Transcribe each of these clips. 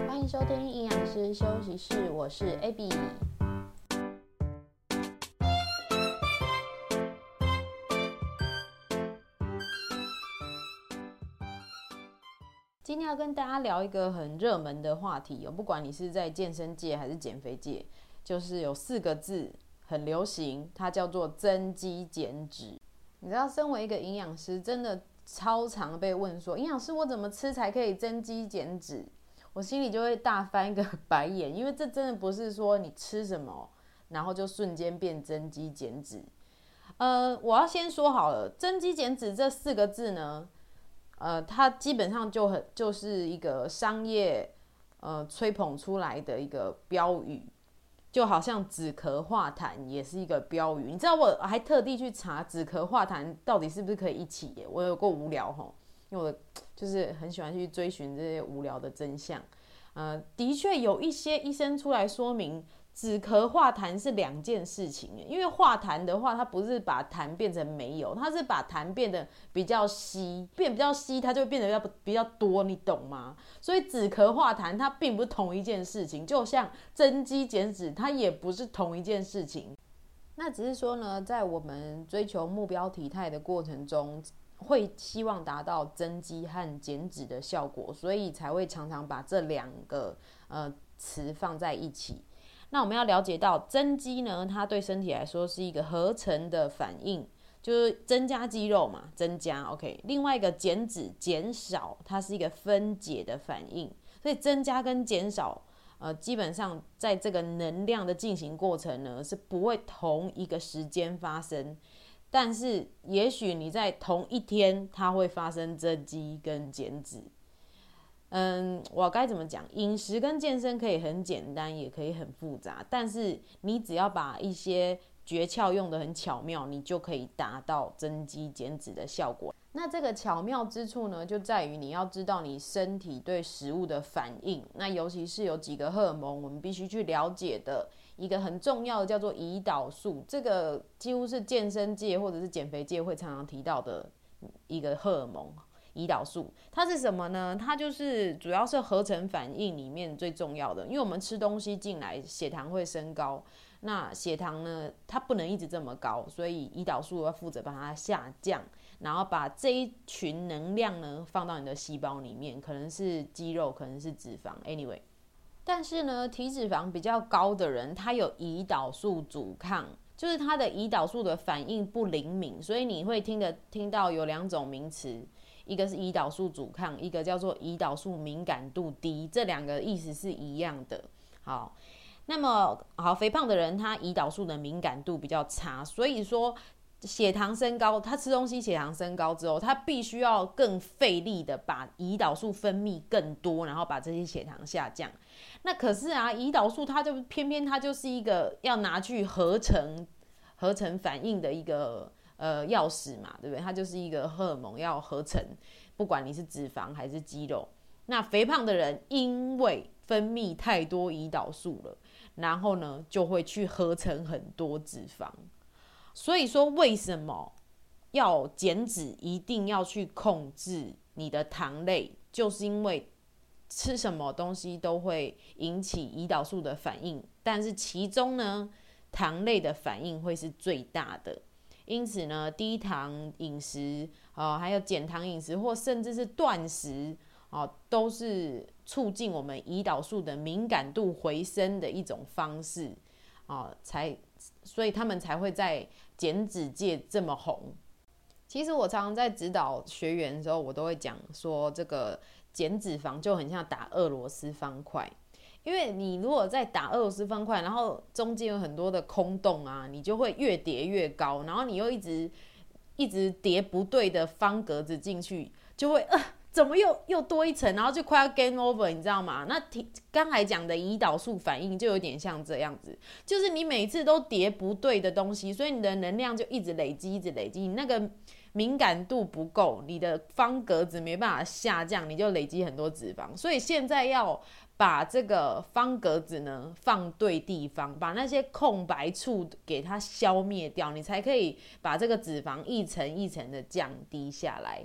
欢迎收听营养师休息室，我是 Abby。今天要跟大家聊一个很热门的话题不管你是在健身界还是减肥界，就是有4个字很流行，它叫做增肌减脂。你知道，身为一个营养师，真的超常被问说，营养师我怎么吃才可以增肌减脂？我心里就会大翻一个白眼，因为这真的不是说你吃什么然后就瞬间变增肌减脂。我要先说好了，增肌减脂这4个字呢，它基本上就是一个商业吹捧出来的一个标语，就好像止咳化痰也是一个标语。你知道我还特地去查止咳化痰到底是不是可以一起耶，我有够无聊齁，因为我就是很喜欢去追寻这些无聊的真相。的确有一些医生出来说明止咳化痰是2件事情，因为化痰的话，它不是把痰变成没有，它是把痰变得比较稀，变比较稀，它就会变得比较多，你懂吗？所以止咳化痰它并不是同一件事情，就像增肌减脂，它也不是同一件事情。那只是说呢，在我们追求目标体态的过程中，会希望达到增肌和减脂的效果，所以才会常常把这2个词放在一起。那我们要了解到，增肌呢，它对身体来说是一个合成的反应，就是增加肌肉嘛，增加 OK。另外一个减脂减少，它是一个分解的反应，所以增加跟减少，基本上在这个能量的进行过程呢，是不会同一个时间发生。但是也许你在同一天它会发生增肌跟减脂。我该怎么讲？饮食跟健身可以很简单，也可以很复杂，但是你只要把一些诀窍用得很巧妙，你就可以达到增肌减脂的效果。那这个巧妙之处呢，就在于你要知道你身体对食物的反应，那尤其是有几个荷尔蒙我们必须去了解的，一个很重要的叫做胰岛素，这个几乎是健身界或者是减肥界会常常提到的一个荷尔蒙。胰岛素它是什么呢？它就是主要是合成反应里面最重要的，因为我们吃东西进来，血糖会升高，那血糖呢，它不能一直这么高，所以胰岛素要负责把它下降，然后把这一群能量呢放到你的细胞里面，可能是肌肉，可能是脂肪 ，anyway。但是呢，体脂肪比较高的人，他有胰岛素阻抗，就是他的胰岛素的反应不灵敏，所以你会听到有2种名词。一个是胰岛素阻抗，一个叫做胰岛素敏感度低，这2个意思是一样的。好，那么肥胖的人他胰岛素的敏感度比较差，所以说血糖升高，他吃东西血糖升高之后，他必须要更费力的把胰岛素分泌更多，然后把这些血糖下降。那可是胰岛素它就偏偏它就是一个要拿去合成反应的一个钥匙嘛，对不对？它就是一个荷尔蒙要合成，不管你是脂肪还是肌肉。那肥胖的人因为分泌太多胰岛素了，然后呢就会去合成很多脂肪。所以说为什么要减脂一定要去控制你的糖类，就是因为吃什么东西都会引起胰岛素的反应，但是其中呢糖类的反应会是最大的。因此呢，低糖饮食还有减糖饮食，或甚至是断食都是促进我们胰岛素的敏感度回升的一种方式所以他们才会在减脂界这么红。其实我常常在指导学员的时候，我都会讲说，这个减脂肪就很像打俄罗斯方块。因为你如果在打俄罗斯方块，然后中间有很多的空洞你就会越叠越高，然后你又一直叠不对的方格子进去，就会怎么又多一层，然后就快要 game over， 你知道吗？那刚才讲的胰岛素反应就有点像这样子，就是你每次都叠不对的东西，所以你的能量就一直累积，你那个敏感度不够，你的方格子没办法下降，你就累积很多脂肪。所以现在要把这个方格子呢放对地方，把那些空白处给它消灭掉，你才可以把这个脂肪一层一层的降低下来。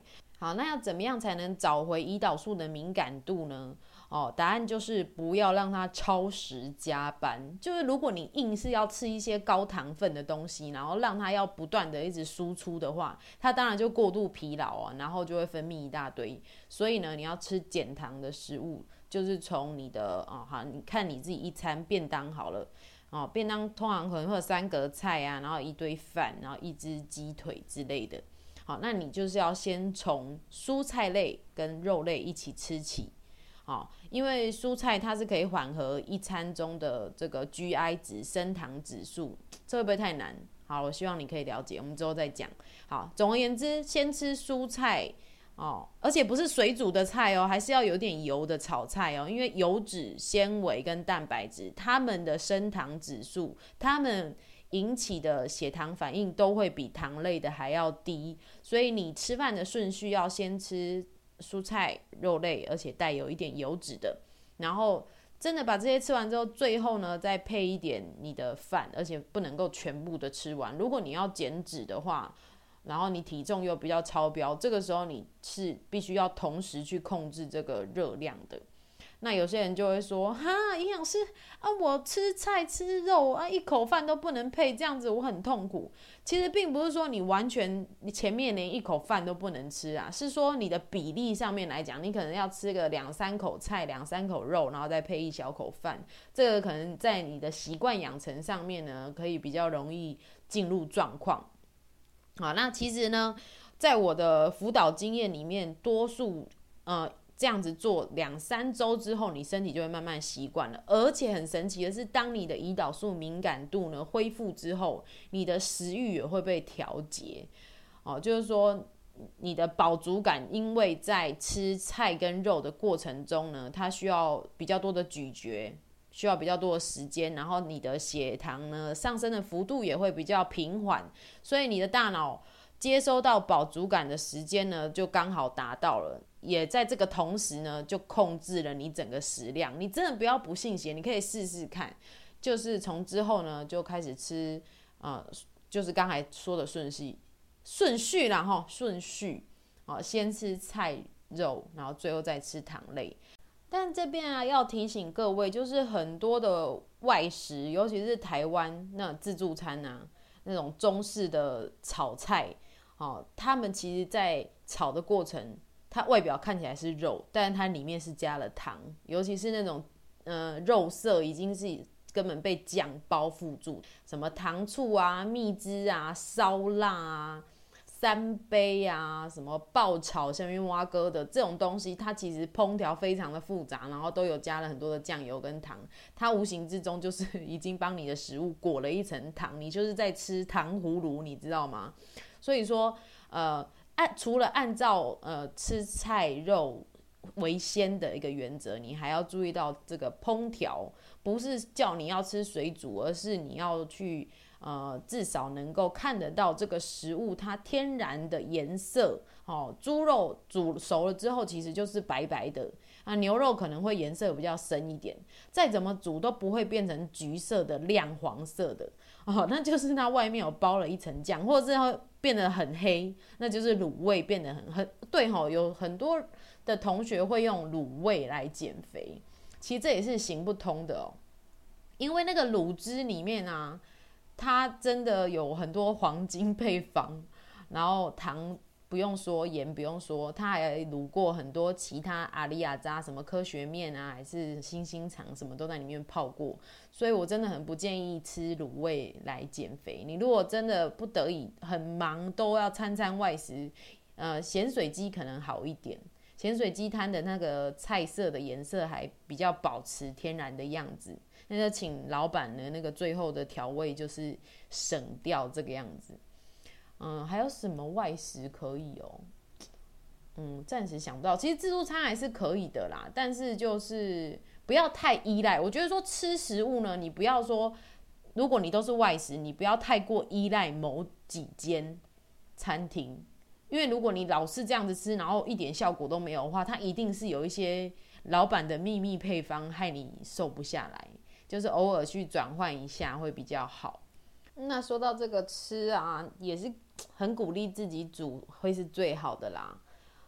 好，那要怎么样才能找回胰岛素的敏感度呢？答案就是不要让它超时加班。就是如果你硬是要吃一些高糖分的东西，然后让它要不断的一直输出的话，它当然就过度疲劳啊，然后就会分泌一大堆。所以呢，你要吃减糖的食物，就是从你的好，你看你自己一餐便当好了。便当通常可能会有3格菜啊，然后一堆饭，然后一只鸡腿之类的。好，那你就是要先从蔬菜类跟肉类一起吃起。因为蔬菜它是可以缓和一餐中的这个 GI 值升糖指数，这会不会太难？好，我希望你可以了解，我们之后再讲。好，总而言之，先吃蔬菜而且不是水煮的菜还是要有点油的炒菜因为油脂、纤维跟蛋白质，它们的升糖指数，它们引起的血糖反应都会比糖类的还要低，所以你吃饭的顺序要先吃蔬菜、肉类，而且带有一点油脂的，然后真的把这些吃完之后，最后呢再配一点你的饭，而且不能够全部的吃完。如果你要减脂的话，然后你体重又比较超标，这个时候你是必须要同时去控制这个热量的。那有些人就会说，哈，营养师我吃菜吃肉一口饭都不能配，这样子我很痛苦。其实并不是说你完全你前面连一口饭都不能吃啊，是说你的比例上面来讲，你可能要吃个2-3口菜2-3口肉，然后再配一小口饭，这个可能在你的习惯养成上面呢，可以比较容易进入状况。好，那其实呢，在我的辅导经验里面，多数这样子做2-3周之后，你身体就会慢慢习惯了。而且很神奇的是，当你的胰岛素敏感度呢恢复之后，你的食欲也会被调节。就是说你的饱足感，因为在吃菜跟肉的过程中呢，它需要比较多的咀嚼，需要比较多的时间，然后你的血糖呢上升的幅度也会比较平缓，所以你的大脑接收到饱足感的时间呢就刚好达到了，也在这个同时呢就控制了你整个食量。你真的不要不信邪，你可以试试看，就是从之后呢就开始吃就是刚才说的顺序啦齁，顺序先吃菜肉，然后最后再吃糖类。但这边要提醒各位，就是很多的外食，尤其是台湾那自助餐那种中式的炒菜他们其实在炒的过程，它外表看起来是肉，但它里面是加了糖，尤其是那种肉色已经是根本被酱包覆住，什么糖醋蜜汁烧腊三杯什么爆炒下面挖哥的这种东西，它其实烹调非常的复杂，然后都有加了很多的酱油跟糖，它无形之中就是已经帮你的食物裹了一层糖，你就是在吃糖葫芦，你知道吗？所以说除了按照吃菜肉为先的一个原则，你还要注意到这个烹调，不是叫你要吃水煮，而是你要去至少能够看得到这个食物它天然的颜色。猪肉煮熟了之后其实就是白白的牛肉可能会颜色比较深一点，再怎么煮都不会变成橘色的亮黄色的那就是它外面有包了一层酱，或者是它变得很黑，那就是卤味变得很对有很多的同学会用卤味来减肥，其实这也是行不通的因为那个卤汁里面它真的有很多黄金配方，然后糖不用说，盐不用说，它还卤过很多其他阿里亚扎，什么科学面还是星星肠，什么都在里面泡过，所以我真的很不建议吃卤味来减肥。你如果真的不得已很忙都要餐餐外食，咸水鸡可能好一点，咸水鸡摊的那个菜色的颜色还比较保持天然的样子，那就请老板的那个最后的调味就是省掉这个样子。还有什么外食可以暂时想不到。其实自助餐还是可以的啦，但是就是不要太依赖。我觉得说吃食物呢，你不要说，如果你都是外食，你不要太过依赖某几间餐厅，因为如果你老是这样子吃，然后一点效果都没有的话，它一定是有一些老板的秘密配方害你瘦不下来，就是偶尔去转换一下会比较好。那说到这个吃也是很鼓励自己煮会是最好的啦。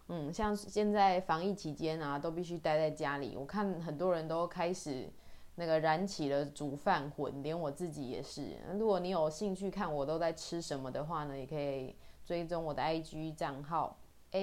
像现在防疫期间啊，都必须待在家里。我看很多人都开始那个燃起了煮饭魂，连我自己也是。如果你有兴趣看我都在吃什么的话呢，也可以追踪我的 IG 账号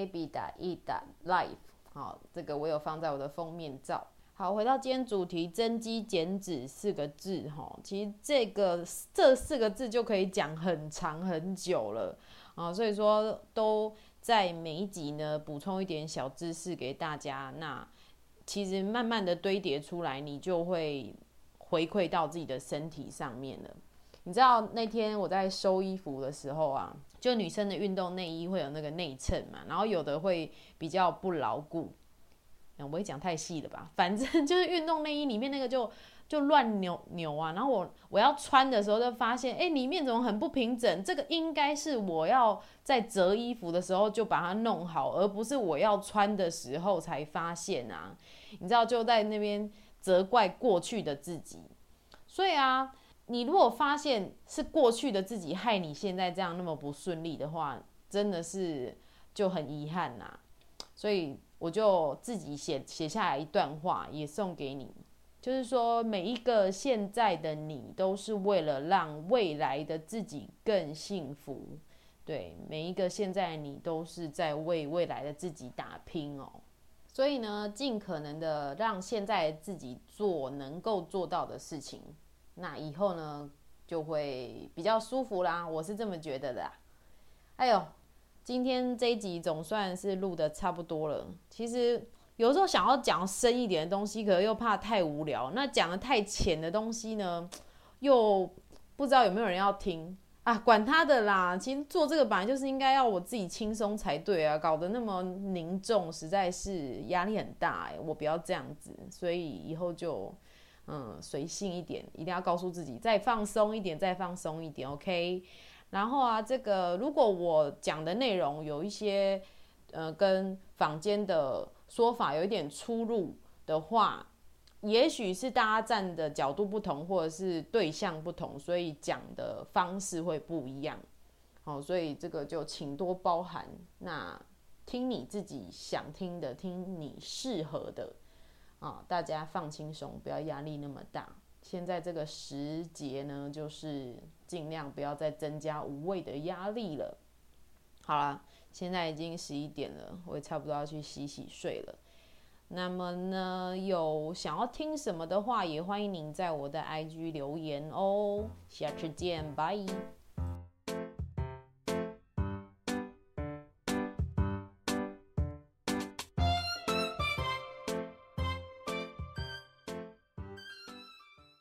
ab.e.life。好，这个我有放在我的封面照。好，回到今天主题，增肌减脂4个字，其实这4个字就可以讲很长很久了啊，所以说都在每一集呢补充一点小知识给大家。那其实慢慢的堆叠出来，你就会回馈到自己的身体上面了。你知道那天我在收衣服的时候啊，就女生的运动内衣会有那个内衬嘛，然后有的会比较不牢固。我会讲太细了吧，反正就是运动内衣里面那个就乱扭啊，然后我要穿的时候就发现，里面怎么很不平整？这个应该是我要在折衣服的时候就把它弄好，而不是我要穿的时候才发现啊。你知道，就在那边责怪过去的自己。所以啊，你如果发现是过去的自己害你现在这样那么不顺利的话，真的是就很遗憾呐。所以我就自己写下来一段话，也送给你，就是说每一个现在的你都是为了让未来的自己更幸福。对，每一个现在的你都是在为未来的自己打拼哦。所以呢，尽可能的让现在的自己做能够做到的事情，那以后呢就会比较舒服啦，我是这么觉得的啦。哎呦，今天这一集总算是录的差不多了。其实有时候想要讲深一点的东西，可是又怕太无聊。那讲的太浅的东西呢，又不知道有没有人要听啊？管他的啦！其实做这个本来就是应该要我自己轻松才对啊，搞得那么凝重，实在是压力很大我不要这样子，所以以后就随性一点，一定要告诉自己再放松一点，再放松一点 ，OK？然后啊，这个如果我讲的内容有一些跟坊间的说法有一点出入的话，也许是大家站的角度不同，或者是对象不同，所以讲的方式会不一样。好，所以这个就请多包涵。那听你自己想听的，听你适合的大家放轻松，不要压力那么大。现在这个时节呢，就是尽量不要再增加无谓的压力了。好啦，现在已经11点了，我也差不多要去洗洗睡了。那么呢，有想要听什么的话，也欢迎您在我的 IG 留言哦。下次见，拜。